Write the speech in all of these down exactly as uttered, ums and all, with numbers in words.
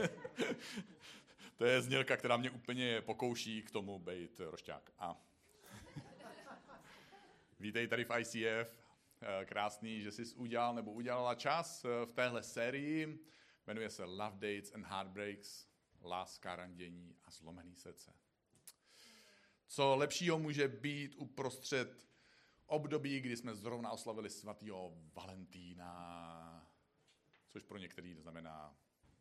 To je znělka, která mě úplně pokouší k tomu být rošťák. A vítej tady v I C F. Krásný, že jsi udělal nebo udělala čas v téhle sérii. Jmenuje se Love Dates and Heartbreaks. Láska, randění a zlomený srdce. Co lepšího může být uprostřed období, kdy jsme zrovna oslavili svatého Valentína, což pro některý znamená.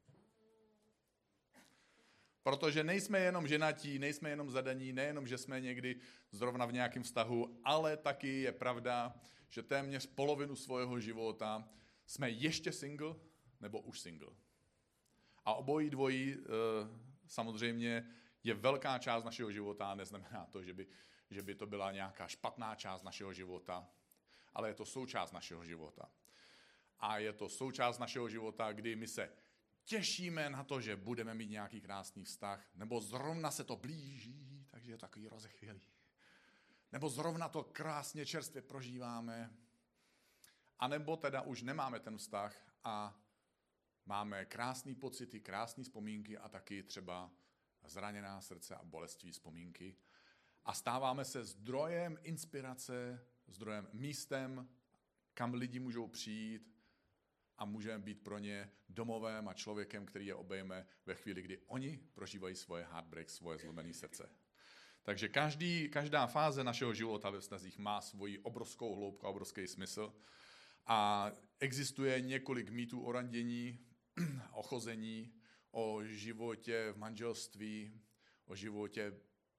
Protože nejsme jenom ženatí, nejsme jenom zadaní, nejenom, že jsme někdy zrovna v nějakém vztahu, ale taky je pravda, že téměř polovinu svého života jsme ještě single nebo už single. A obojí dvojí samozřejmě je velká část našeho života a neznamená to, že by, že by to byla nějaká špatná část našeho života, ale je to součást našeho života. A je to součást našeho života, kdy my se těšíme na to, že budeme mít nějaký krásný vztah, nebo zrovna se to blíží, takže je to takový rozechvělý. Nebo zrovna to krásně čerstvě prožíváme, a nebo teda už nemáme ten vztah a máme krásné pocity, krásné vzpomínky a taky třeba zraněná srdce a bolestivé vzpomínky. A stáváme se zdrojem inspirace, zdrojem místem, kam lidi můžou přijít a můžeme být pro ně domovem a člověkem, který je obejme ve chvíli, kdy oni prožívají svoje heartbreak, svoje zlomené srdce. Takže každý, každá fáze našeho života ve vztazích má svoji obrovskou hloubku a obrovský smysl. A existuje několik mýtů o randění, o chození, o životě v manželství, o životě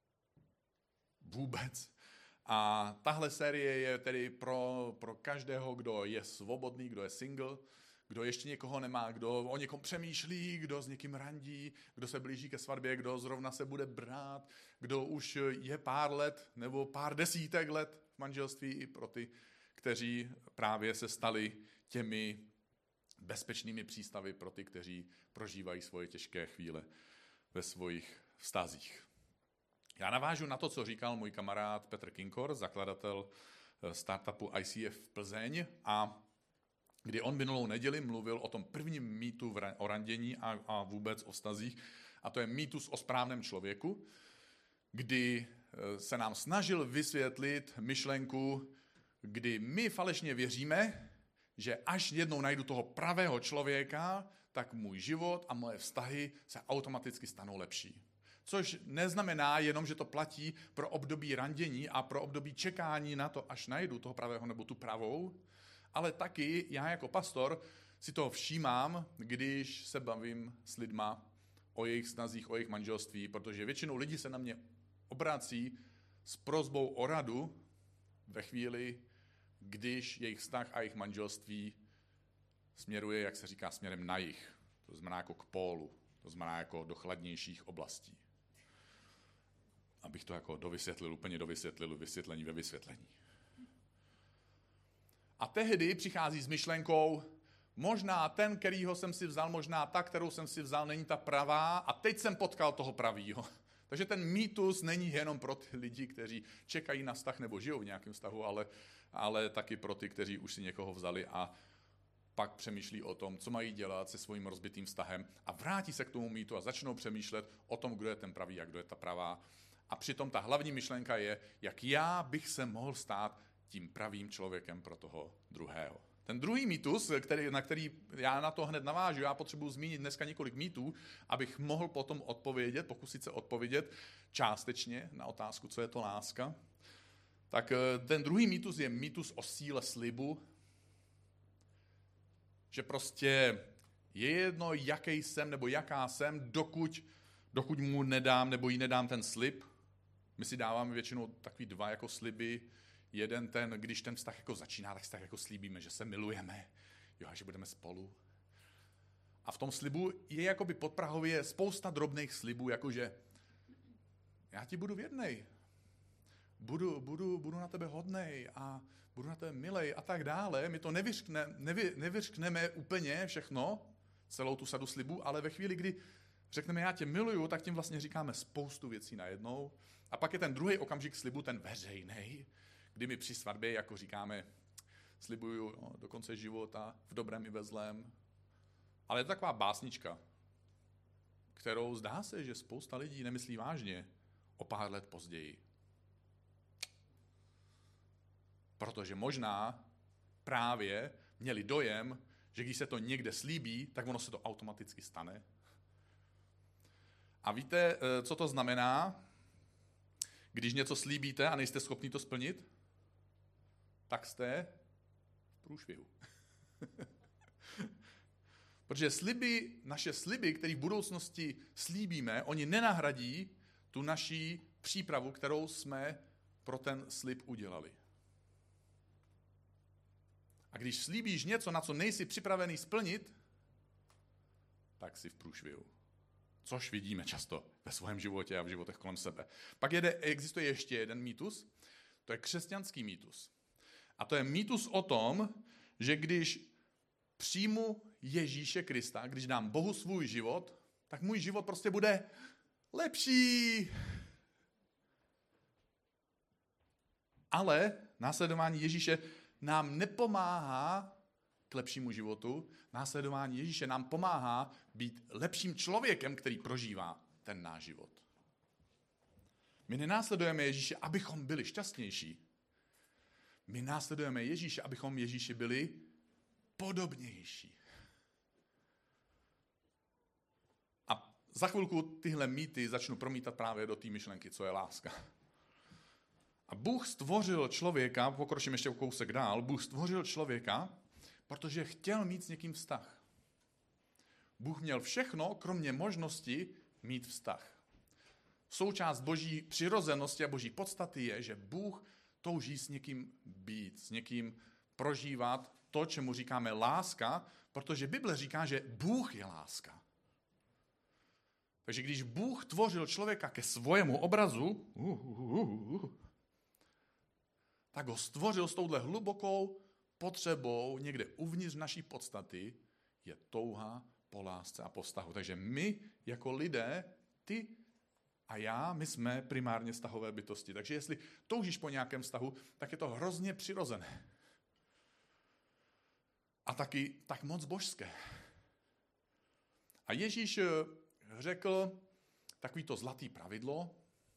vůbec. A tahle série je tedy pro, pro každého, kdo je svobodný, kdo je single, kdo ještě někoho nemá, kdo o někom přemýšlí, kdo s někým randí, kdo se blíží ke svatbě, kdo zrovna se bude brát, kdo už je pár let nebo pár desítek let v manželství, i pro ty, kteří právě se stali těmi bezpečnými přístavy pro ty, kteří prožívají svoje těžké chvíle ve svých vztazích. Já navážu na to, co říkal můj kamarád Petr Kinkor, zakladatel startupu I C F v Plzeň, a kdy on minulou neděli mluvil o tom prvním mýtu o randění a, a vůbec o vztazích, a to je mýtus o správném člověku, kdy se nám snažil vysvětlit myšlenku, kdy my falešně věříme, že až jednou najdu toho pravého člověka, tak můj život a moje vztahy se automaticky stanou lepší. Což neznamená jenom, že to platí pro období randění a pro období čekání na to, až najdu toho pravého nebo tu pravou, ale taky já jako pastor si toho všímám, když se bavím s lidma o jejich vztazích, o jejich manželství, protože většinou lidi se na mě obrací s prosbou o radu ve chvíli, když jejich vztah a jejich manželství směruje, jak se říká, směrem na jih. To znamená jako k pólu, to znamená jako do chladnějších oblastí. Abych to jako dovysvětlil, úplně dovysvětlil, vysvětlení ve vysvětlení. A tehdy přichází s myšlenkou, možná ten, kterýho jsem si vzal, možná ta, kterou jsem si vzal, není ta pravá a teď jsem potkal toho pravýho. Takže ten mýtus není jenom pro ty lidi, kteří čekají na vztah nebo žijou v nějakém vztahu, ale, ale taky pro ty, kteří už si někoho vzali a pak přemýšlí o tom, co mají dělat se svým rozbitým vztahem a vrátí se k tomu mýtu a začnou přemýšlet o tom, kdo je ten pravý a kdo je ta pravá. A přitom ta hlavní myšlenka je, jak já bych se mohl stát tím pravým člověkem pro toho druhého. Ten druhý mýtus, který, na který já na to hned navážu, já potřebuji zmínit dneska několik mýtů, abych mohl potom odpovědět, pokusit se odpovědět částečně na otázku, co je to láska. Tak ten druhý mýtus je mýtus o síle slibu, že prostě je jedno, jaký jsem nebo jaká jsem, dokud, dokud mu nedám nebo jí nedám ten slib. My si dáváme většinou takový dva jako sliby. Jeden ten, když ten vztah jako začíná, tak si tak jako slíbíme, že se milujeme, jo, a že budeme spolu. A v tom slibu je jakoby podprahově spousta drobných slibů, jakože já ti budu věrnej, budu, budu, budu na tebe hodnej a budu na tebe milej a tak dále. My to nevyřkne, nevy, nevyřkneme úplně všechno, celou tu sadu slibů, ale ve chvíli, kdy řekneme já tě miluju, tak tím vlastně říkáme spoustu věcí najednou. A pak je ten druhý okamžik slibu, ten veřejnej, kdy my při svatbě jako říkáme slibuju no, do konce života, v dobrém i ve zlém. Ale je to taková básnička. kterou zdá se, že spousta lidí nemyslí vážně o pár let později. Protože možná právě měli dojem, že když se to někde slíbí, tak ono se to automaticky stane. A víte, co to znamená, když něco slíbíte a nejste schopni to splnit? Tak jste v průšvihu. Protože sliby, naše sliby, které v budoucnosti slíbíme, oni nenahradí tu naší přípravu, kterou jsme pro ten slib udělali. A když slíbíš něco, na co nejsi připravený splnit, tak jsi v průšvihu. Což vidíme často ve svém životě a v životech kolem sebe. Pak jede, existuje ještě jeden mýtus, to je křesťanský mýtus. A to je mýtus o tom, že když přijmu Ježíše Krista, když dám Bohu svůj život, tak můj život prostě bude lepší. Ale následování Ježíše nám nepomáhá k lepšímu životu. Následování Ježíše nám pomáhá být lepším člověkem, který prožívá ten náš život. My nenásledujeme Ježíše, abychom byli šťastnější. My následujeme Ježíše, abychom Ježíši byli podobnější. A za chvilku tyhle mýty začnu promítat právě do té myšlenky, co je láska. A Bůh stvořil člověka, pokročím ještě o kousek dál, Bůh stvořil člověka, protože chtěl mít s někým vztah. Bůh měl všechno, kromě možnosti mít vztah. Součást boží přirozenosti a boží podstaty je, že Bůh touží s někým být, s někým prožívat to, čemu říkáme láska, protože Bible říká, že Bůh je láska. Takže když Bůh tvořil člověka ke svému obrazu, uh, uh, uh, uh, tak ho stvořil s touhle hlubokou potřebou někde uvnitř naší podstaty je touha po lásce a po vztahu. Takže my jako lidé, ty a já, my jsme primárně vztahové bytosti. Takže jestli toužíš po nějakém vztahu, tak je to hrozně přirozené. A taky tak moc božské. A Ježíš řekl takový to zlatý pravidlo,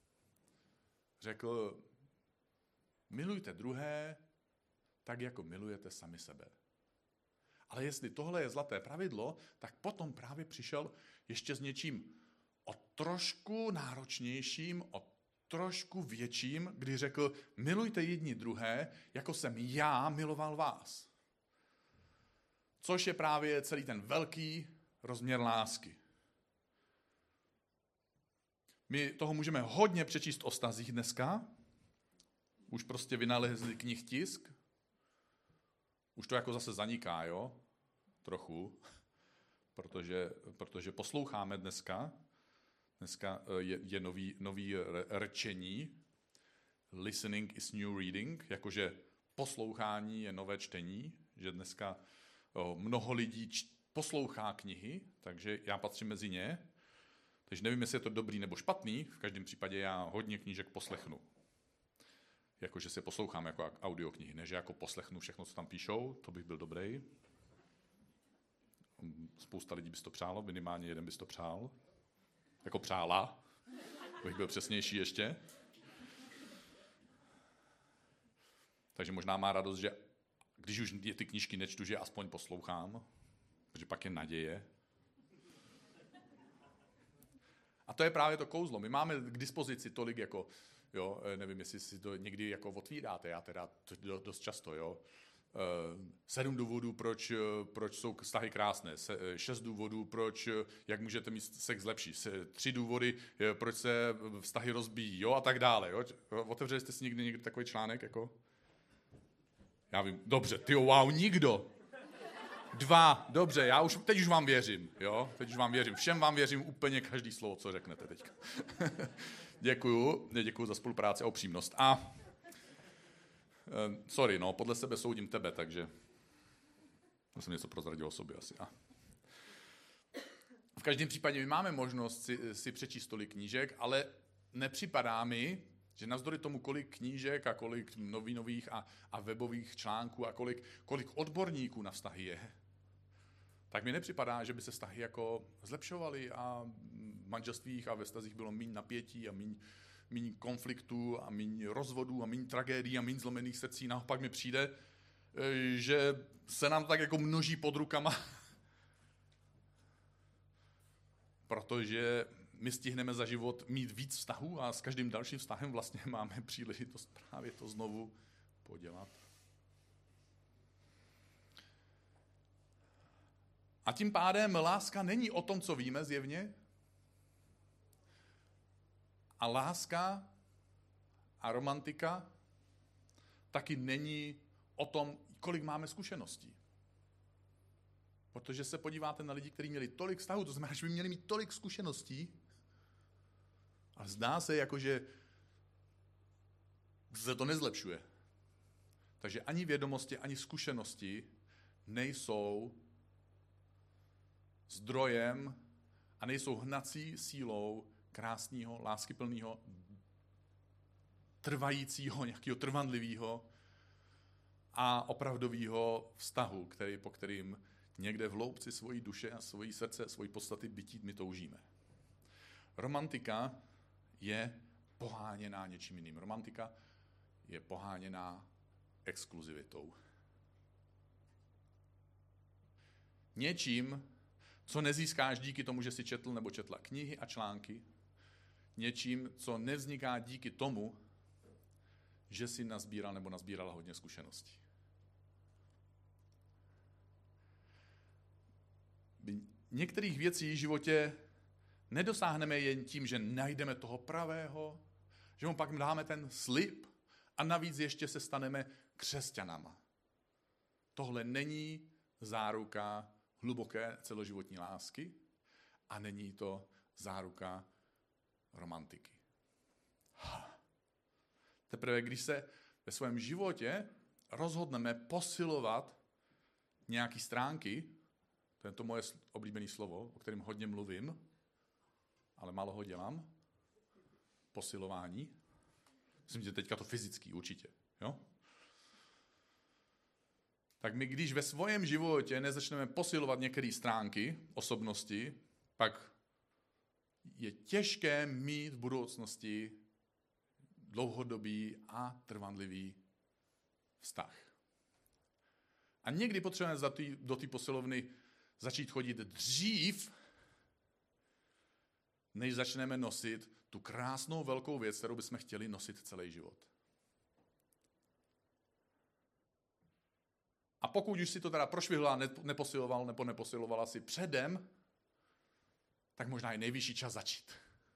řekl, milujte druhé tak, jako milujete sami sebe. Ale jestli tohle je zlaté pravidlo, tak potom právě přišel ještě s něčím o trošku náročnějším, o trošku větším, kdy řekl, milujte jedni druhé, jako jsem já miloval vás. Což je právě celý ten velký rozměr lásky. My toho můžeme hodně přečíst o vztazích dneska. Už prostě vynalezli knih tisk. Už to jako zase zaniká, jo? Trochu. Protože, protože posloucháme dneska. Dneska je, je nový, nový rčení. Listening is new reading. Jakože poslouchání je nové čtení. Že dneska o, mnoho lidí č- poslouchá knihy, takže já patřím mezi ně. Takže nevím, jestli je to dobrý nebo špatný. V každém případě já hodně knížek poslechnu. Jakože se poslouchám jako audioknihy, ne že jako poslechnu všechno, co tam píšou, to bych byl dobrý. Spousta lidí by to přálo, minimálně jeden by to přál. Jako přála, bych byl přesnější ještě. Takže možná má radost, že když už je ty knížky nečtu, že aspoň poslouchám, protože pak je naděje. A to je právě to kouzlo. My máme k dispozici tolik jako, jo, nevím, jestli si to někdy jako otvíráte, já teda dost často, jo. Sedm důvodů, proč, proč jsou vztahy krásné, Se, šest důvodů, proč, jak můžete mít sex lepší, Se, tři důvody, proč se vztahy rozbíjí, jo, a tak dále, jo. Otevřeli jste si někdy někdy takový článek, jako? Já vím, dobře, tyjo, wow, nikdo. Dva, dobře, já už, teď už vám věřím, jo, teď už vám věřím, všem vám věřím úplně každý slovo, co řeknete teďka. Děkuju, děkuju za spolupráci a upřímnost. A, sorry, no, podle sebe soudím tebe, takže to jsem něco prozradil o sobě asi. A. V každém případě my máme možnost si, si přečíst tolik knížek, ale nepřipadá mi, že navzdory tomu, kolik knížek a kolik novinových a, a webových článků a kolik, kolik odborníků na vztahy je, tak mi nepřipadá, že by se vztahy jako zlepšovaly a v manželstvích a ve vztazích bylo méně napětí a méně, méně konfliktů a méně rozvodů a méně tragédií a méně zlomených srdcí. Naopak mi přijde, že se nám tak jako množí pod rukama, protože my stihneme za život mít víc vztahů a s každým dalším vztahem vlastně máme příležitost právě to znovu podělat. A tím pádem láska není o tom, co víme zjevně, a láska a romantika taky není o tom, kolik máme zkušeností. Protože se podíváte na lidi, kteří měli tolik vztahů, to znamená, že by měli mít tolik zkušeností, a zdá se, jako že se to nezlepšuje. Takže ani vědomosti, ani zkušenosti nejsou zdrojem a nejsou hnací sílou krásného, láskyplného, trvajícího, nějakého trvanlivého a opravdového vztahu, který, po kterým někde v hloubci svojí duše a svojí srdce, svojí podstaty bytí my toužíme. Romantika je poháněná něčím jiným. Romantika je poháněná exkluzivitou. Něčím, co nezískáš díky tomu, že jsi četl nebo četla knihy a články. Něčím, co nevzniká díky tomu, že jsi nazbíral nebo nazbírala hodně zkušeností. Některých věcí v životě nedosáhneme jen tím, že najdeme toho pravého, že mu pak dáme ten slib a navíc ještě se staneme křesťanama. Tohle není záruka hluboké celoživotní lásky a není to záruka romantiky. Teprve když se ve svém životě rozhodneme posilovat nějaké stránky, to je to moje oblíbené slovo, o kterém hodně mluvím, ale málo ho dělám, posilování. Myslím, že teďka to fyzický určitě. Jo? Tak my, když ve svém životě nezačneme posilovat některé stránky osobnosti, pak je těžké mít v budoucnosti dlouhodobý a trvanlivý vztah. A někdy potřebujeme do té posilovny začít chodit dřív, než začneme nosit tu krásnou velkou věc, kterou bychom chtěli nosit celý život. A pokud už si to teda prošvihla, neposiloval nebo neposilovala si předem, tak možná je nejvyšší čas začít.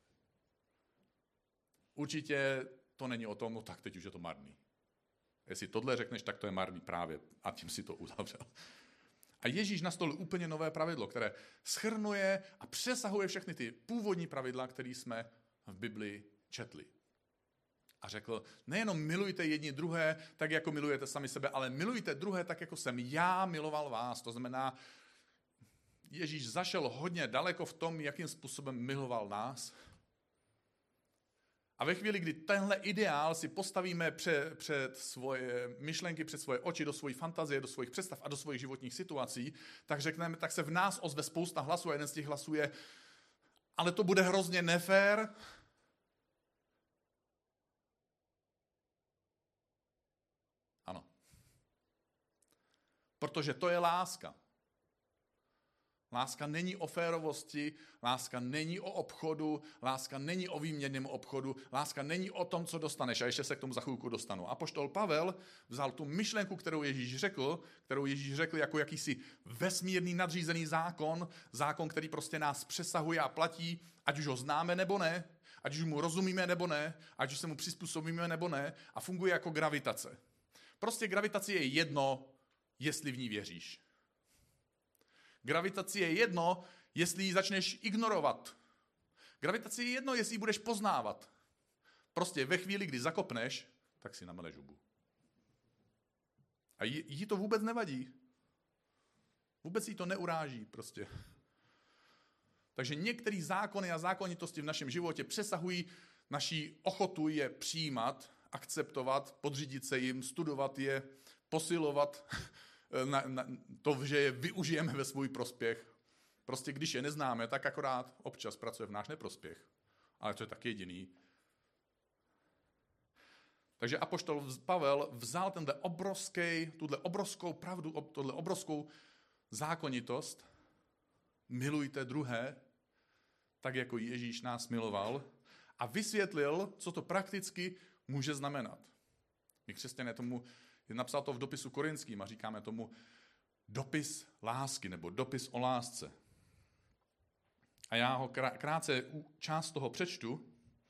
Určitě to není o tom, no tak teď už je to marný. Jestli tohle řekneš, tak to je marný právě. A tím si to uzavřel. A Ježíš nastolil úplně nové pravidlo, které shrnuje a přesahuje všechny ty původní pravidla, které jsme v Biblii četli. A řekl, nejenom milujte jedni druhé, tak jako milujete sami sebe, ale milujte druhé tak, jako jsem já miloval vás. To znamená, Ježíš zašel hodně daleko v tom, jakým způsobem miloval nás. A ve chvíli, kdy tenhle ideál si postavíme před, před svoje myšlenky, před svoje oči, do svojí fantazie, do svých představ a do svých životních situací, tak řekneme, tak se v nás ozve spousta hlasů a jeden z těch hlasů je, ale to bude hrozně nefér. Ano. Protože to je láska. Láska není o férovosti, láska není o obchodu, láska není o výměnném obchodu, láska není o tom, co dostaneš. A ještě se k tomu za chvilku dostanu. Apoštol Pavel vzal tu myšlenku, kterou Ježíš řekl, kterou Ježíš řekl jako jakýsi vesmírný nadřízený zákon, zákon, který prostě nás přesahuje a platí, ať už ho známe nebo ne, ať už mu rozumíme nebo ne, ať už se mu přizpůsobíme nebo ne, a funguje jako gravitace. Prostě gravitace je jedno, jestli v ní věříš. Gravitaci je jedno, jestli ji začneš ignorovat. Gravitaci je jedno, jestli ji budeš poznávat. Prostě ve chvíli, kdy zakopneš, tak si nameleš hubu. A jí, jí to vůbec nevadí. Vůbec jí to neuráží prostě. Takže některé zákony a zákonitosti v našem životě přesahují naši ochotu je přijímat, akceptovat, podřídit se jim, studovat je, posilovat, na, na, to, že je využijeme ve svůj prospěch. Prostě když je neznáme, tak akorát občas pracuje v náš neprospěch. Ale to je tak jediný. Takže apoštol Pavel vzal tenhle obrovský, tuhle obrovskou pravdu, tuhle obrovskou zákonitost, milujte druhé, tak jako Ježíš nás miloval, a vysvětlil, co to prakticky může znamenat. My křesťané tomu, napsal to v dopisu Korinským a říkáme tomu dopis lásky nebo dopis o lásce. A já ho krátce část toho přečtu.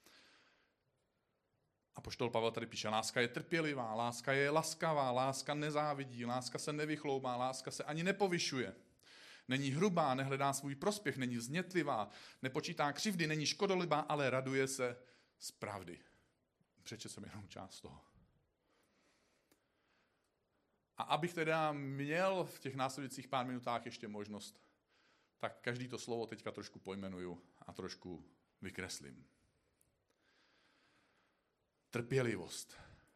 Apoštol Pavel tady píše, láska je trpělivá, láska je laskavá, láska nezávidí, láska se nevychloubá, láska se ani nepovyšuje. Není hrubá, nehledá svůj prospěch, není vznětlivá, nepočítá křivdy, není škodolibá, ale raduje se z pravdy. Přečet jsem jenom část toho. A abych teda měl v těch následujících pár minutách ještě možnost, tak každý to slovo teďka trošku pojmenuju a trošku vykreslím. Trpělivost.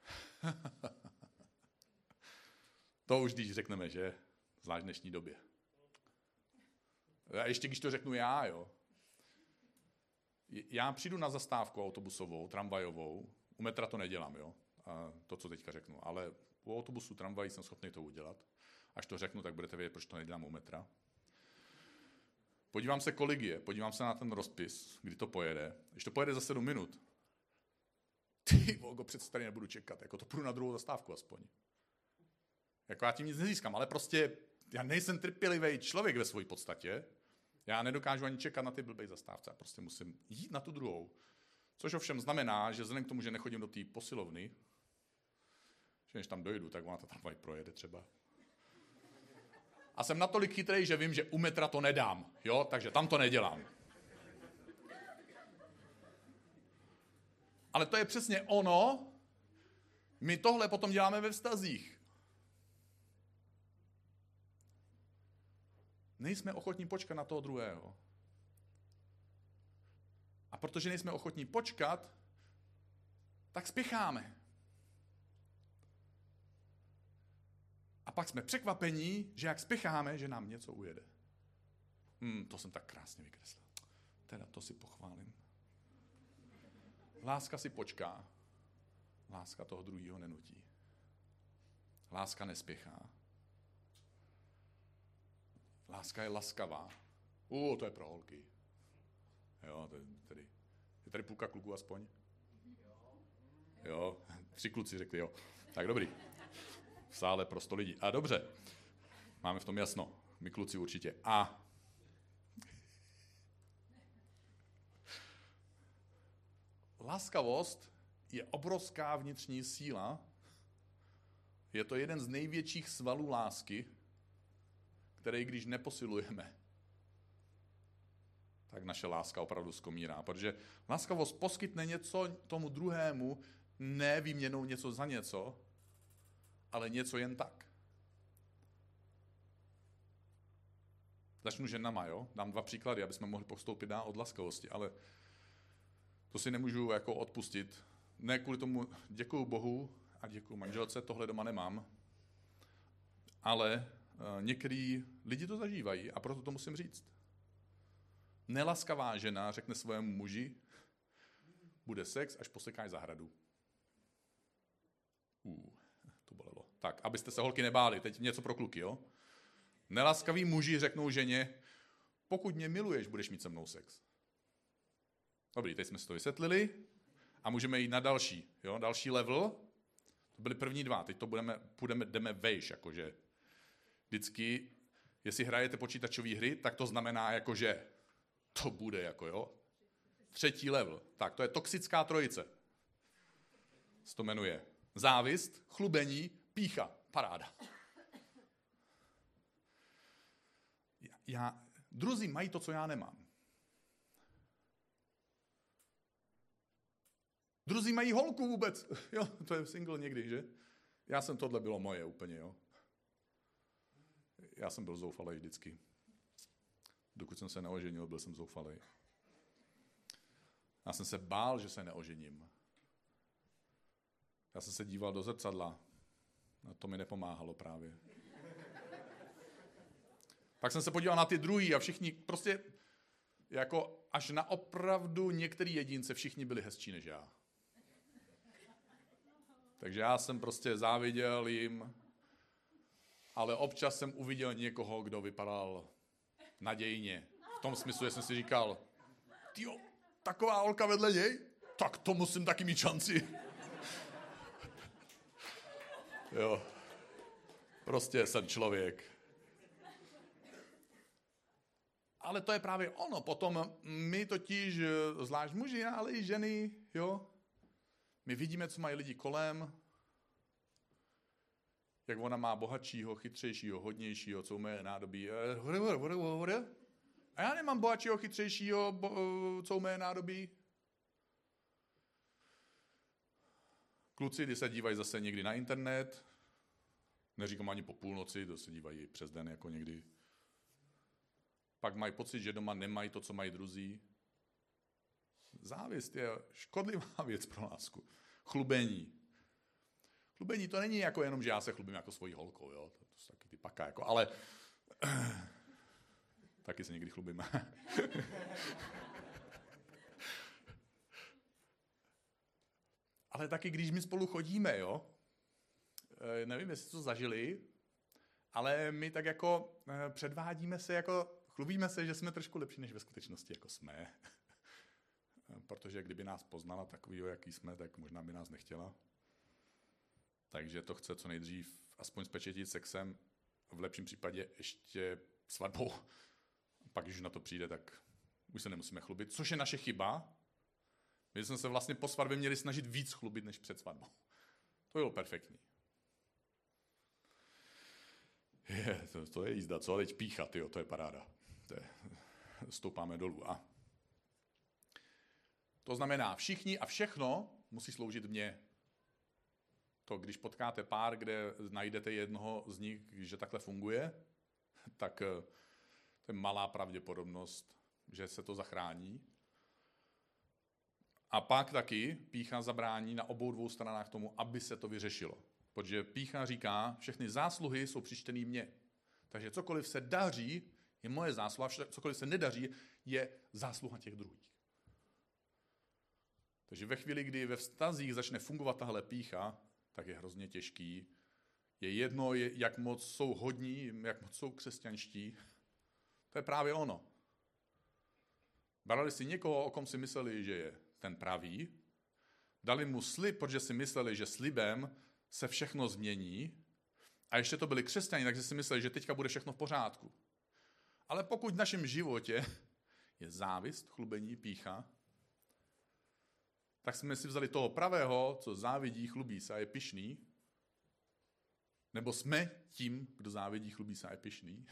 To už když řekneme, že? Zvlášť v dnešní době. A ještě když to řeknu já, jo. Já přijdu na zastávku autobusovou, tramvajovou, u metra to nedělám, jo. A to, co teďka řeknu, ale u autobusu, tramvají jsem schopný to udělat. Až to řeknu, tak budete vědět, proč to nedělám u metra. Podívám se, kolik je, podívám se na ten rozpis, kdy to pojede. Když to pojede za sedm minut, ty vogo, přece tady nebudu čekat, jako to půjdu na druhou zastávku aspoň. Jako já tím nic nezískám, ale prostě já nejsem trpělivý člověk ve své podstatě. Já nedokážu ani čekat na ty blbej zastávce. Já prostě musím jít na tu druhou. Což ovšem znamená, že vzhledem k tomu, že nechodím do té posilovny, že než tam dojdu, tak ona ta tramvaj projede třeba. A jsem natolik chytrej, že vím, že u metra to nedám. Jo? Takže tam to nedělám. Ale to je přesně ono. My tohle potom děláme ve vztazích. Nejsme ochotní počkat na toho druhého. A protože nejsme ochotní počkat, tak spěcháme. A pak jsme překvapení, že jak spěcháme, že nám něco ujede. Hmm, to jsem tak krásně vykreslil. Teda to si pochválím. Láska si počká. Láska toho druhého nenutí. Láska nespěchá. Láska je laskavá. U, to je pro holky. Jo, to je tady. Je tady půlka kluků aspoň? Jo, tři kluci řekli jo. Tak dobrý. V sále pro sto lidí. A dobře. Máme v tom jasno. My kluci určitě. A laskavost je obrovská vnitřní síla. Je to jeden z největších svalů lásky, který když neposilujeme, tak naše láska opravdu skomírá. Protože laskavost poskytne něco tomu druhému, ne výměnou něco za něco, ale něco jen tak. Začnu ženama, jo? Dám dva příklady, aby jsme mohli postoupit dál od laskavosti, ale to si nemůžu jako odpustit. Ne kvůli tomu děkuju Bohu a děkuju manželce, tohle doma nemám, ale některý lidi to zažívají a proto to musím říct. Nelaskavá žena řekne svému muži, bude sex, až posekáš zahradu. Uh, to bolelo. Tak, abyste se holky nebáli, teď něco pro kluky, jo? Nelaskaví muži řeknou ženě, pokud mě miluješ, budeš mít se mnou sex. Dobrý, teď jsme si to vysvětlili a můžeme jít na další, jo? Další level. To byly první dva, teď to budeme, půjdeme, jdeme vejš, jakože vždycky, jestli hrajete počítačové hry, tak to znamená, jakože to bude, jako jo. Třetí level. Tak, to je toxická trojice. Se to jmenuje závist, chlubení, pýcha. Paráda. Já, já, druzí mají to, co já nemám. Druzí mají holku vůbec. Jo, to je single někdy, že? Já jsem, tohle bylo moje úplně, jo. Já jsem byl zoufalej vždycky. Dokud jsem se neoženil, byl jsem zoufalej. Já jsem se bál, že se neožením. Já jsem se díval do zrcadla. A to mi nepomáhalo právě. Pak jsem se podíval na ty druhý a všichni prostě jako až na opravdu některý jedince všichni byli hezčí než já. Takže já jsem prostě záviděl jim, ale občas jsem uviděl někoho, kdo vypadal nadějně. V tom smyslu, že jsem si říkal, tyjo, taková holka vedle něj? Tak to musím taky mít šanci. Jo. Prostě jsem člověk. Ale to je právě ono. Potom my totiž, zvlášť muži, ale i ženy, jo, my vidíme, co mají lidi kolem, jak ona má bohatšího, chytřejšího, hodnějšího, co umé nádobí. A já nemám bohatšího, chytřejšího, bo, co umé nádobí. Kluci, když se dívají zase někdy na internet, neříkám ani po půlnoci, to se dívají přes den jako někdy, pak mají pocit, že doma nemají to, co mají druzí. Závist je škodlivá věc pro lásku. Chlubení. Chlubení to není jako jenom, že já se chlubím jako svojí holkou, jo? To, to jsou taky ty paka, jako, ale taky se někdy chlubíme. Ale taky, když my spolu chodíme, jo? Nevím, jestli to zažili, ale my tak jako předvádíme se, jako chlubíme se, že jsme trošku lepší, než ve skutečnosti jako jsme. Protože kdyby nás poznala takovýho, jaký jsme, tak možná by nás nechtěla. Takže to chce co nejdřív aspoň spečetit sexem, v lepším případě ještě svatbou. Pak, když na to přijde, tak už se nemusíme chlubit, což je naše chyba. My jsme se vlastně po svatbě měli snažit víc chlubit, než před svatbou. To bylo perfektní. Je, to, to je jízda, co? Teď píchat, jo, to je paráda. To je, stoupáme dolů. A to znamená, všichni a všechno musí sloužit mně. To, když potkáte pár, kde najdete jednoho z nich, že takhle funguje, tak to je malá pravděpodobnost, že se to zachrání. A pak taky pýcha zabrání na obou dvou stranách tomu, aby se to vyřešilo. Protože pýcha říká, všechny zásluhy jsou přičtený mně. Takže cokoliv se daří, je moje zásluha, cokoliv se nedaří, je zásluha těch druhých. Takže ve chvíli, kdy ve vztazích začne fungovat tahle pýcha, tak je hrozně těžký. Je jedno, jak moc jsou hodní, jak moc jsou křesťanští. To je právě ono. Brali si někoho, o kom si mysleli, že je ten pravý, dali mu slib, protože si mysleli, že slibem se všechno změní, a ještě to byli křesťané, takže si mysleli, že teďka bude všechno v pořádku. Ale pokud v našem životě je závist, chlubení, pýcha, tak jsme si vzali toho pravého, co závidí, chlubí se a je pyšný, nebo jsme tím, kdo závidí, chlubí se a je pyšný.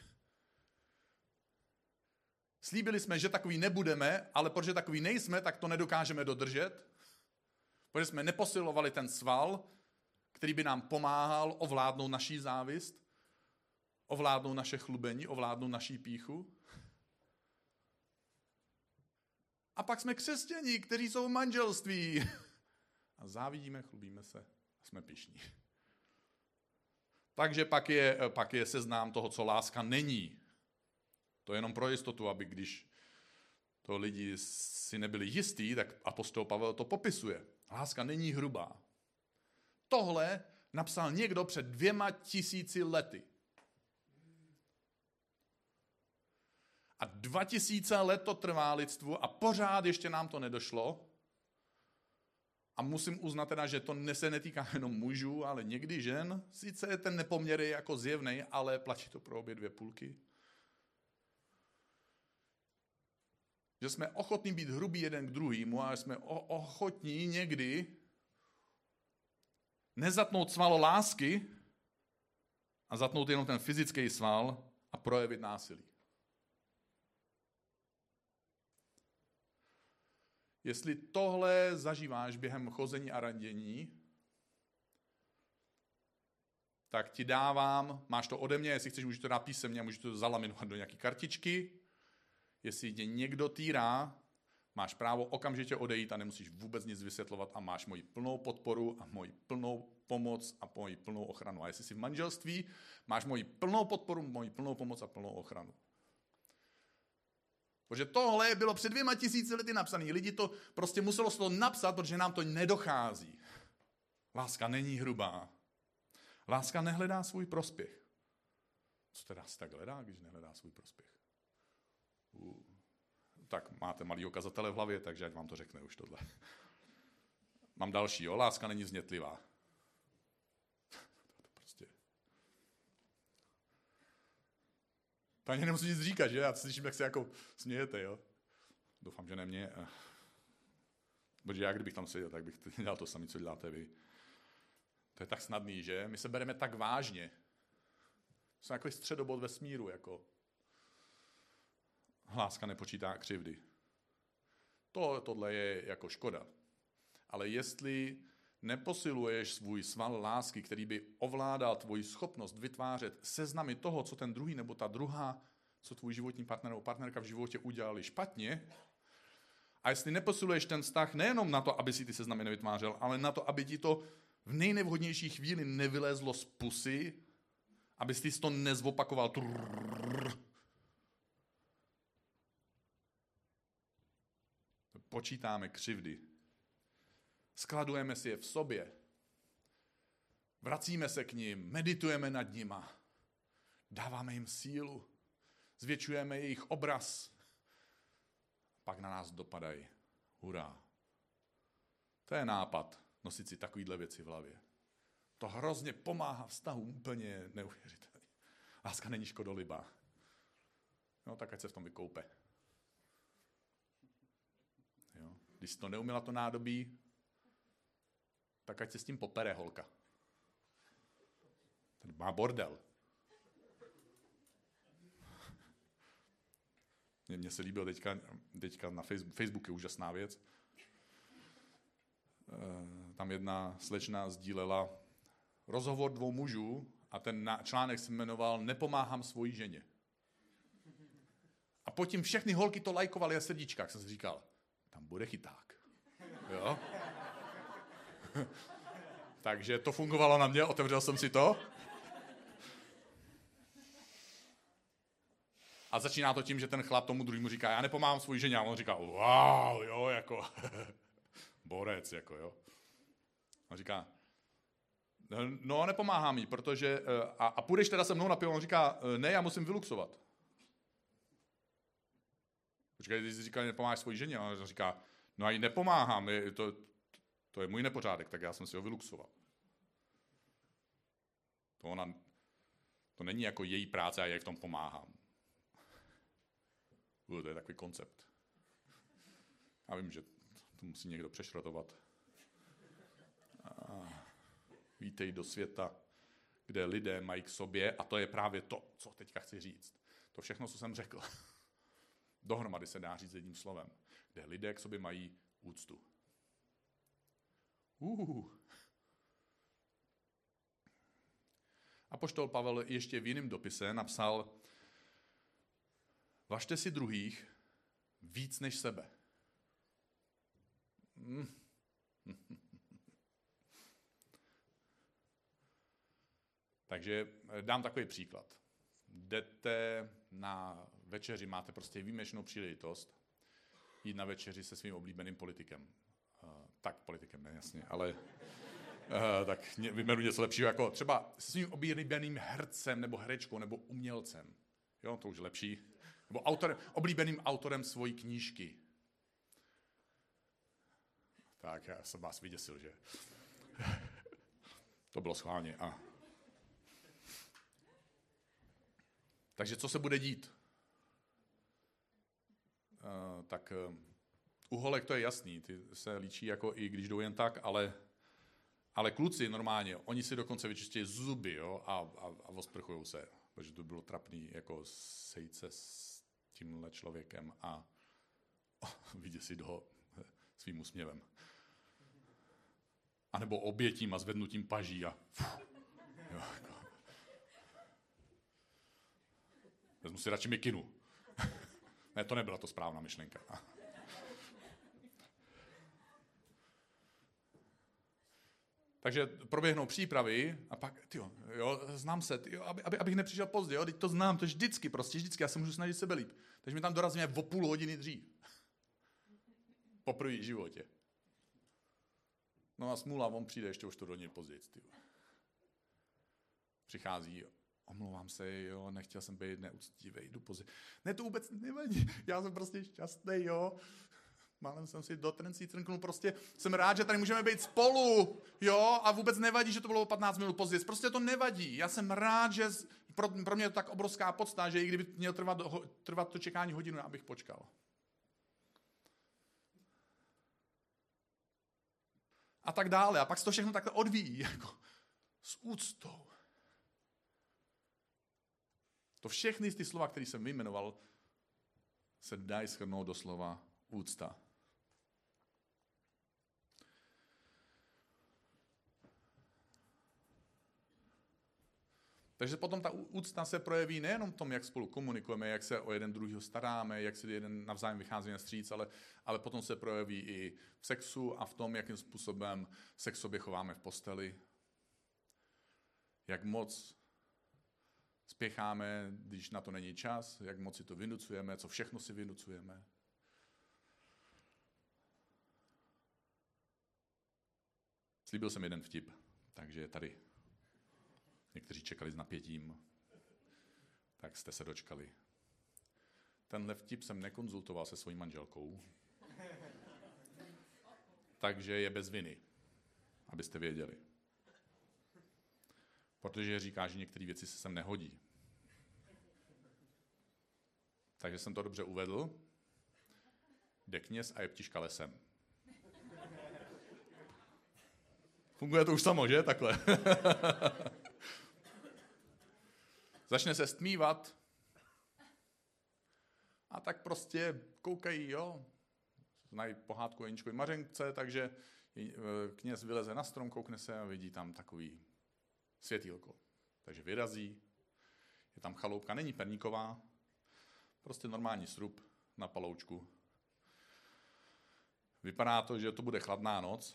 Slíbili jsme, že takový nebudeme, ale protože takový nejsme, tak to nedokážeme dodržet, protože jsme neposilovali ten sval, který by nám pomáhal ovládnout naší závist, ovládnout naše chlubení, ovládnout naší pýchu. A pak jsme křesťaní, kteří jsou v manželství. A závidíme, chlubíme se a jsme pyšní. Takže pak je, pak je seznám toho, co láska není. To je jenom pro jistotu, aby když to lidi si nebyli jistí, tak apoštol Pavel to popisuje. Láska není hrubá. Tohle napsal někdo před dvěma tisíci lety. A dva tisíce let to trvá lidstvu a pořád ještě nám to nedošlo. A musím uznat teda, že to se netýká jenom mužů, ale někdy žen. Sice je ten nepoměr jako zjevnej, ale platí to pro obě dvě půlky. Že jsme ochotní být hrubí jeden k druhému a jsme ochotní někdy nezatnout svalo lásky a zatnout jenom ten fyzický sval a projevit násilí. Jestli tohle zažíváš během chození a randění, tak ti dávám, máš to ode mě, jestli chceš, můžeš to dát písemně, můžeš to zalaminovat do nějaké kartičky. Jestli tě někdo týrá, Máš právo okamžitě odejít a nemusíš vůbec nic vysvětlovat a máš moji plnou podporu a moji plnou pomoc a moji plnou ochranu. A jestli jsi v manželství, máš moji plnou podporu, moji plnou pomoc a plnou ochranu. Protože tohle bylo před dvěma tisíci lety napsané. Lidi to prostě muselo z toho napsat, protože nám to nedochází. Láska není hrubá. Láska nehledá svůj prospěch. Co teda si tak hledá, když nehledá svůj prospěch? Uh. Tak máte malý ukazatele v hlavě, takže ať vám to řekne už tohle. Mám další, jo? Láska není vznětlivá. To prostě. To ani nemusím nic říkat, že? Já slyším, jak se jako smějete, jo? Doufám, že ne mě. Protože já, kdybych tam seděl, tak bych dělal to samé, co děláte vy. To je tak snadný, že? My se bereme tak vážně. Jsme jako středobod vesmíru, jako. Láska nepočítá křivdy. To, tohle je jako škoda. Ale jestli neposiluješ svůj sval lásky, který by ovládal tvoji schopnost vytvářet seznamy toho, co ten druhý nebo ta druhá, co tvůj životní partner nebo partnerka v životě udělali špatně, a jestli neposiluješ ten vztah nejenom na to, aby si ty seznamy nevytvářel, ale na to, aby ti to v nejnevhodnější chvíli nevylezlo z pusy, abys ty to nezvopakoval. Trrr. Počítáme křivdy. Skladujeme si je v sobě. Vracíme se k nim, meditujeme nad nima. Dáváme jim sílu. Zvětšujeme jejich obraz. Pak na nás dopadají. Hurá. To je nápad nosit si takovýhle věci v hlavě. To hrozně pomáhá vztahu, úplně neuvěřitelně. Láska není škodolibá. No tak ať se v tom vykoupe. Jo. Když jsi to neuměla to nádobí, tak ať se s tím popere holka. Ten má bordel. Mně se líbilo teďka, teďka na Facebook, Facebook je úžasná věc. Tam jedna slečna sdílela rozhovor dvou mužů a ten článek se jmenoval Nepomáhám svojí ženě. A potom všechny holky to lajkovaly a srdíčka, jak jsem si říkal. Tam bude chyták. Jo? Takže to fungovalo na mě, otevřel jsem si to. A začíná to tím, že ten chlap tomu druhému říká, já nepomáhám svojí ženě. A on říká, wow, jo, jako borec, jako jo. On říká, no nepomáhám jí, protože, a, a půjdeš teda se mnou na pivo? On říká, ne, já musím vyluxovat. Počkej, když jsi říkal, nepomáháš svojí ženě, a on říká, no a jí nepomáhám, je, to, to je můj nepořádek, tak já jsem si ho vyluxoval. To ona, to není jako její práce a já jí v tom pomáhám. To je takový koncept. Já vím, že to musí někdo přešrotovat. A vítej do světa, kde lidé mají k sobě, a to je právě to, co teďka chci říct. To všechno, co jsem řekl, dohromady se dá říct jedním slovem. Kde lidé k sobě mají úctu. Uh. Apoštol Pavel ještě v jiném dopise napsal, važte si druhých víc než sebe. Hmm. Takže dám takový příklad. Jdete na večeři, máte prostě výjimečnou příležitost jít na večeři se svým oblíbeným politikem. Uh, tak politikem, ne, jasně, ale uh, tak vyjmenuji něco lepšího, jako třeba se svým oblíbeným hercem, nebo herečkou, nebo umělcem. Jo, to už je lepší. Nebo autorem, oblíbeným autorem svojí knížky. Tak, já jsem vás vyděsil, že? To bylo schválně. A. Takže co se bude dít? Uh, tak uh, u holek to je jasný, ty se líčí jako i když jdou jen tak, ale, ale kluci normálně, oni si dokonce vyčistějí zuby, jo, a, a, a osprchujou se, protože to bylo trapný, jako sejít se s tímhle člověkem a oh, vyděsit ho svým úsměvem. A nebo obětím a zvednutím paží a fuh, jo, jako. Vezmu si radši mikinu. Ne, to nebyla to správná myšlenka. Takže proběhnou přípravy a pak, tyjo, jo, znám se, tyjo, aby, aby, abych nepřišel pozdě, jo, teď to znám, to je vždycky, prostě vždycky, já se můžu snažit sebe líp. Takže mi tam dorazíme o půl hodiny dřív. Po první životě. No a smůla, on přijde ještě už to hodně později, tyjo. Přichází, omlouvám se, jo, nechtěl jsem být neúctivý, jdu pozdě. Ne, to vůbec nevadí, já jsem prostě šťastný, jo. Málem jsem si do trencí crnknul, prostě jsem rád, že tady můžeme být spolu, jo, a vůbec nevadí, že to bylo o patnáct minut později, prostě to nevadí. Já jsem rád, že pro, pro mě je to tak obrovská podsta, že i kdyby měl trvat, trvat to čekání hodinu, já bych počkal. A tak dále. A pak se to všechno takhle odvíjí, jako s úctou. To všechny ty slova, které jsem vyjmenoval, se dají shrnout do slova úcta. Takže potom ta úcta se projeví nejenom v tom, jak spolu komunikujeme, jak se o jeden druhýho staráme, jak si jeden navzájem vycházíme vstříc, ale, ale potom se projeví i v sexu a v tom, jakým způsobem se k sobě chováme v posteli. Jak moc spěcháme, když na to není čas, jak moc si to vynucujeme, co všechno si vynucujeme. Slíbil jsem jeden vtip, takže je tady. Někteří čekali s napětím, tak jste se dočkali. Tenhle vtip jsem nekonzultoval se svojí manželkou, takže je bez viny, abyste věděli. Protože říká, že některé věci se sem nehodí. Takže jsem to dobře uvedl. Jde kněz a jeptiška lesem. Funguje to už samo, že? Takhle. Začne se stmívat a tak prostě koukají, jo. Znají pohádku o Jeníčkovi Mařence, takže kněz vyleze na strom, koukne se a vidí tam takový světýlko. Takže vyrazí, je tam chaloupka, není perníková, prostě normální srub na paloučku. Vypadá to, že to bude chladná noc,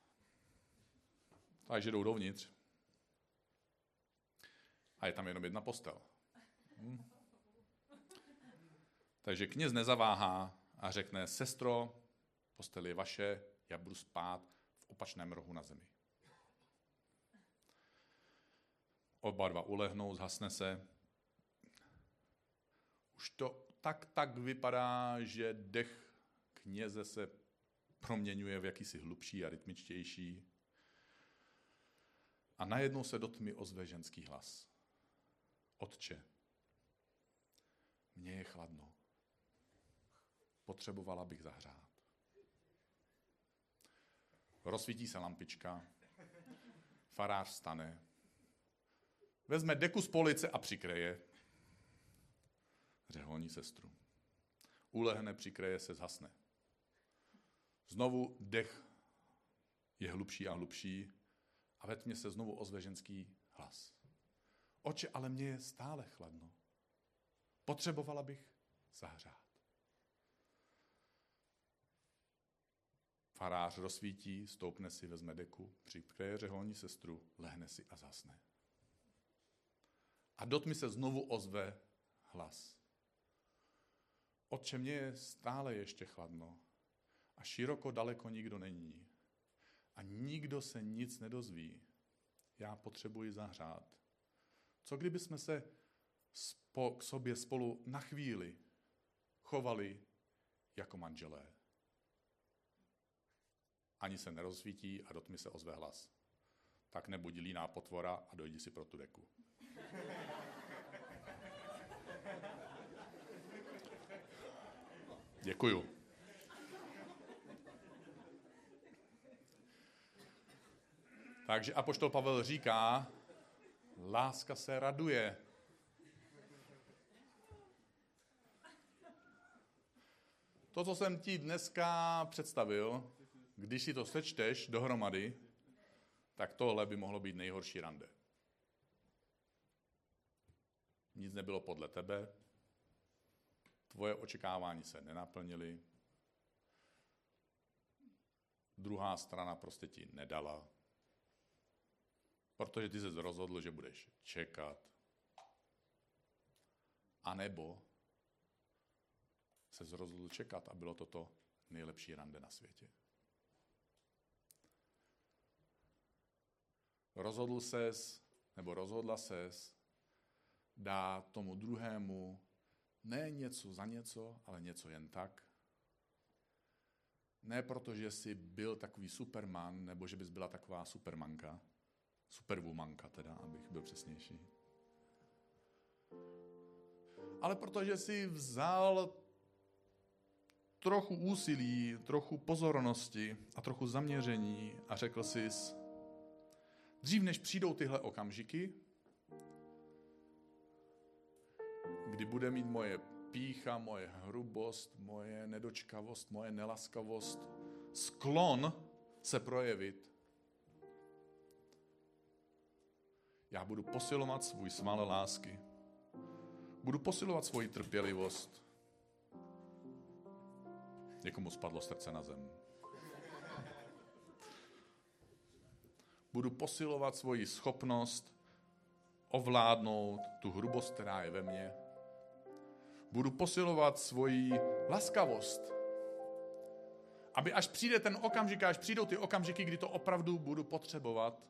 takže jdou dovnitř. A je tam jenom jedna postel. Hm. Takže kněz nezaváhá a řekne, sestro, postel je vaše, já budu spát v opačném rohu na zemi. Oba dva ulehnou, zhasne se. Už to tak tak vypadá, že dech kněze se proměňuje v jakýsi hlubší a rytmičtější. A najednou se do tmy ozve ženský hlas. Otče, mně je chladno. Potřebovala bych zahřát. Rozsvítí se lampička, farář vstane, vezme deku z police a přikryje. Řeholní sestru. Ulehne, přikryje se, zhasne. Znovu dech je hlubší a hlubší a ve tmě se znovu ozve ženský hlas. Oče, ale mně je stále chladno. Potřebovala bych zahřát. Farář rozsvítí, stoupne si, vezme deku, přikryje řeholní sestru, lehne si a zasne. A do tmy se znovu ozve hlas. Otče, mně je stále ještě chladno a široko daleko nikdo není. A nikdo se nic nedozví. Já potřebuji zahřát. Co kdyby jsme se spo, k sobě spolu na chvíli chovali jako manželé? Ani se nerozsvítí a do tmy se ozve hlas. Tak nebuď líná potvora a dojdi si pro tu deku. Děkuju. Takže apoštol Pavel říká, láska se raduje. To, co jsem ti dneska představil, když si to sečteš dohromady, tak tohle by mohlo být nejhorší rande. Nic nebylo podle tebe, tvoje očekávání se nenaplnily, druhá strana prostě ti nedala, Protože ty jsi rozhodl, že budeš čekat. A nebo se rozhodl čekat a bylo to to nejlepší rande na světě. Rozhodl ses, nebo rozhodla ses dát tomu druhému ne něco za něco, ale něco jen tak. Ne proto, že jsi byl takový superman, nebo že bys byla taková supermanka. Superwomanka teda, abych byl přesnější. Ale protože jsi vzal trochu úsilí, trochu pozornosti a trochu zaměření a řekl jsi, dřív než přijdou tyhle okamžiky, kdy bude mít moje pýcha, moje hrubost, moje nedočkavost, moje nelaskavost, sklon se projevit, já budu posilovat svůj sval lásky. Budu posilovat svoji trpělivost. Někomu spadlo srdce na zem. Budu posilovat svoji schopnost ovládnout tu hrubost, která je ve mně. Budu posilovat svoji laskavost. Aby až přijde ten okamžik, až přijdou ty okamžiky, kdy to opravdu budu potřebovat,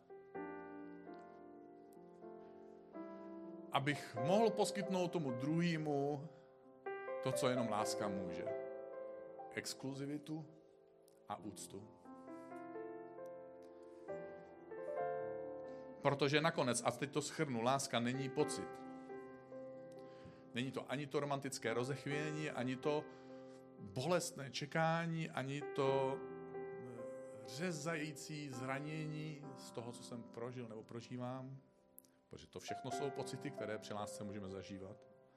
abych mohl poskytnout tomu druhému to, co jenom láska může. Exkluzivitu a úctu. Protože nakonec, a teď to shrnu, láska není pocit. Není to ani to romantické rozechvění, ani to bolestné čekání, ani to řezající zranění z toho, co jsem prožil nebo prožívám. Protože to všechno jsou pocity, které při lásce můžeme zažívat.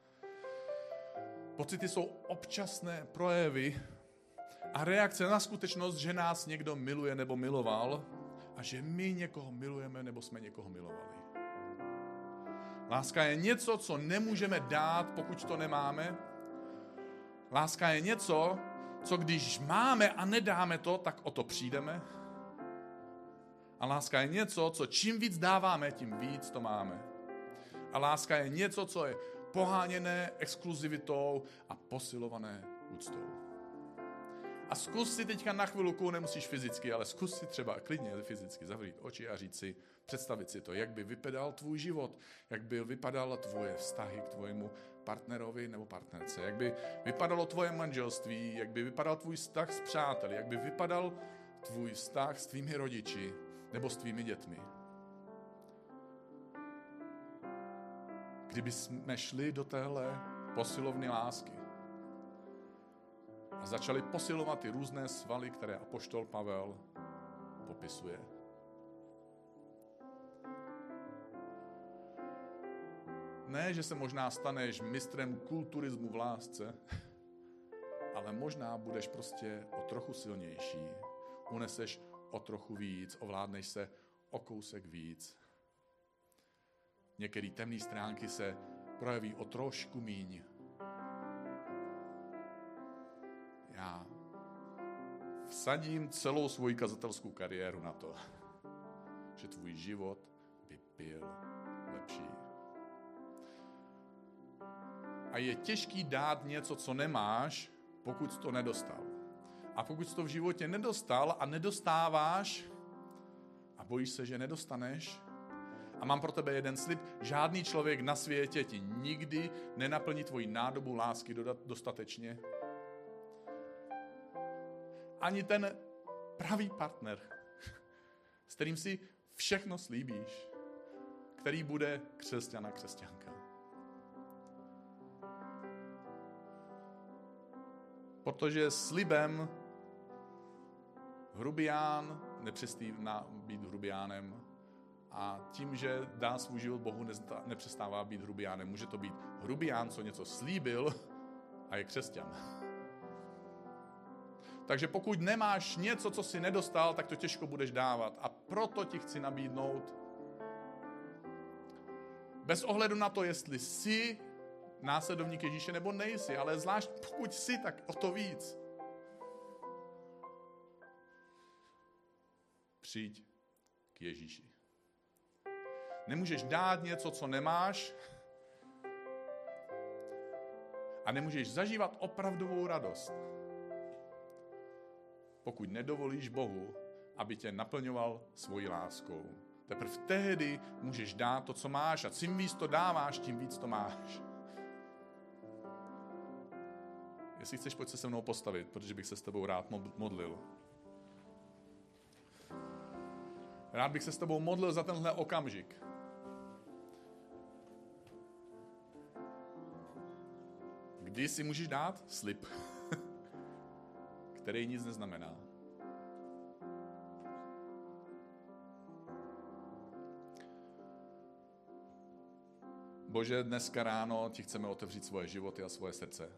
Pocity jsou občasné projevy a reakce na skutečnost, že nás někdo miluje nebo miloval a že my někoho milujeme nebo jsme někoho milovali. Láska je něco, co nemůžeme dát, pokud to nemáme. Láska je něco, co když máme a nedáme to, tak o to přijdeme. A láska je něco, co čím víc dáváme, tím víc to máme. A láska je něco, co je poháněné exkluzivitou a posilované úctou. A zkus si teďka na chvilku, nemusíš fyzicky, ale zkus si třeba klidně fyzicky zavřít oči a říct si, představit si to, jak by vypadal tvůj život, jak by vypadalo tvoje vztahy k tvojemu partnerovi nebo partnerce, jak by vypadalo tvoje manželství, jak by vypadal tvůj vztah s přáteli, jak by vypadal tvůj vztah s tvými rodiči nebo s tvými dětmi. Kdyby jsme šli do téhle posilovny lásky a začali posilovat ty různé svaly, které apoštol Pavel popisuje. Ne, že se možná staneš mistrem kulturismu v lásce, ale možná budeš prostě o trochu silnější, uneseš o trochu víc, ovládneš se o kousek víc. Některé temné stránky se projeví o trošku míň. Já vsadím celou svoji kazatelskou kariéru na to, že tvůj život by byl lepší. A je těžký dát něco, co nemáš, pokud jsi to nedostal. A pokud jsi to v životě nedostal a nedostáváš a bojíš se, že nedostaneš, a mám pro tebe jeden slib, žádný člověk na světě ti nikdy nenaplní tvoji nádobu lásky dostatečně. Ani ten pravý partner, s kterým si všechno slíbíš, který bude křesťan a křesťanka. Protože slibem hrubián nepřestává být hrubiánem a tím, že dá svůj život Bohu, nepřestává být hrubiánem. Může to být hrubián, co něco slíbil a je křesťan. Takže pokud nemáš něco, co jsi nedostal, tak to těžko budeš dávat. A proto ti chci nabídnout, bez ohledu na to, jestli jsi následovník Ježíše nebo nejsi, ale zvlášť pokud jsi, tak o to víc. Přijď k Ježíši. Nemůžeš dát něco, co nemáš, a nemůžeš zažívat opravdovou radost, pokud nedovolíš Bohu, aby tě naplňoval svojí láskou. Teprve tehdy můžeš dát to, co máš, a čím víc to dáváš, tím víc to máš. Jestli chceš, pojď se se mnou postavit, protože bych se s tebou rád modlil. Rád bych se s tebou modlil za tenhle okamžik. Kdy si můžeš dát slib, který nic neznamená. Bože, dneska ráno ti chceme otevřít svoje životy a svoje srdce.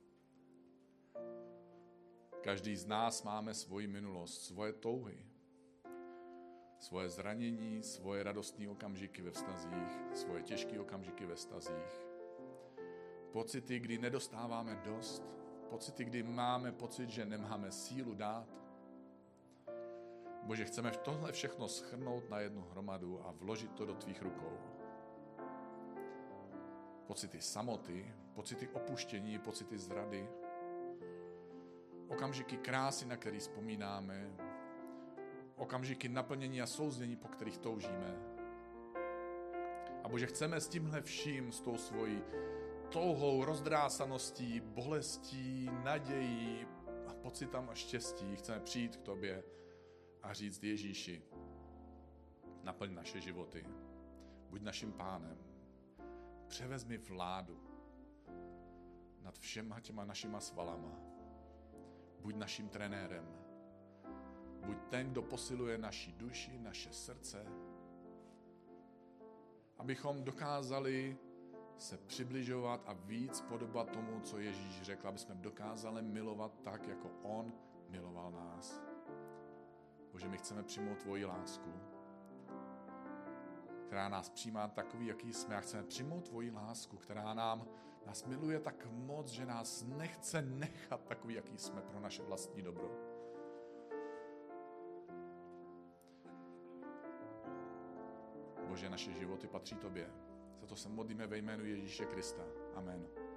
Každý z nás máme svoji minulost, svoje touhy, svoje zranění, svoje radostné okamžiky ve vztazích, svoje těžké okamžiky ve vztazích. Pocity, kdy nedostáváme dost, pocity, kdy máme pocit, že nemáme sílu dát. Bože, chceme tohle všechno shrnout na jednu hromadu a vložit to do tvých rukou. Pocity samoty, pocity opuštění, pocity zrady, okamžiky krásy, na který vzpomínáme, okamžiky naplnění a souznění, po kterých toužíme. A Bože, chceme s tímhle vším, s tou svojí touhou, rozdrásaností, bolestí, nadějí a pocitama štěstí, chceme přijít k tobě a říct: Ježíši, naplň naše životy, buď naším pánem, převezmi vládu nad všema těma našima svalama, buď naším trenérem, buď ten, kdo posiluje naši duši, naše srdce, abychom dokázali se přibližovat a víc podobat tomu, co Ježíš řekl, aby jsme dokázali milovat tak, jako on miloval nás. Bože, my chceme přijmout tvoji lásku, která nás přijímá takový, jaký jsme, a chceme přijmout tvoji lásku, která nám, nás miluje tak moc, že nás nechce nechat takový, jaký jsme, pro naše vlastní dobro. Bože, naše životy patří tobě. Za to se modlíme ve jménu Ježíše Krista. Amen.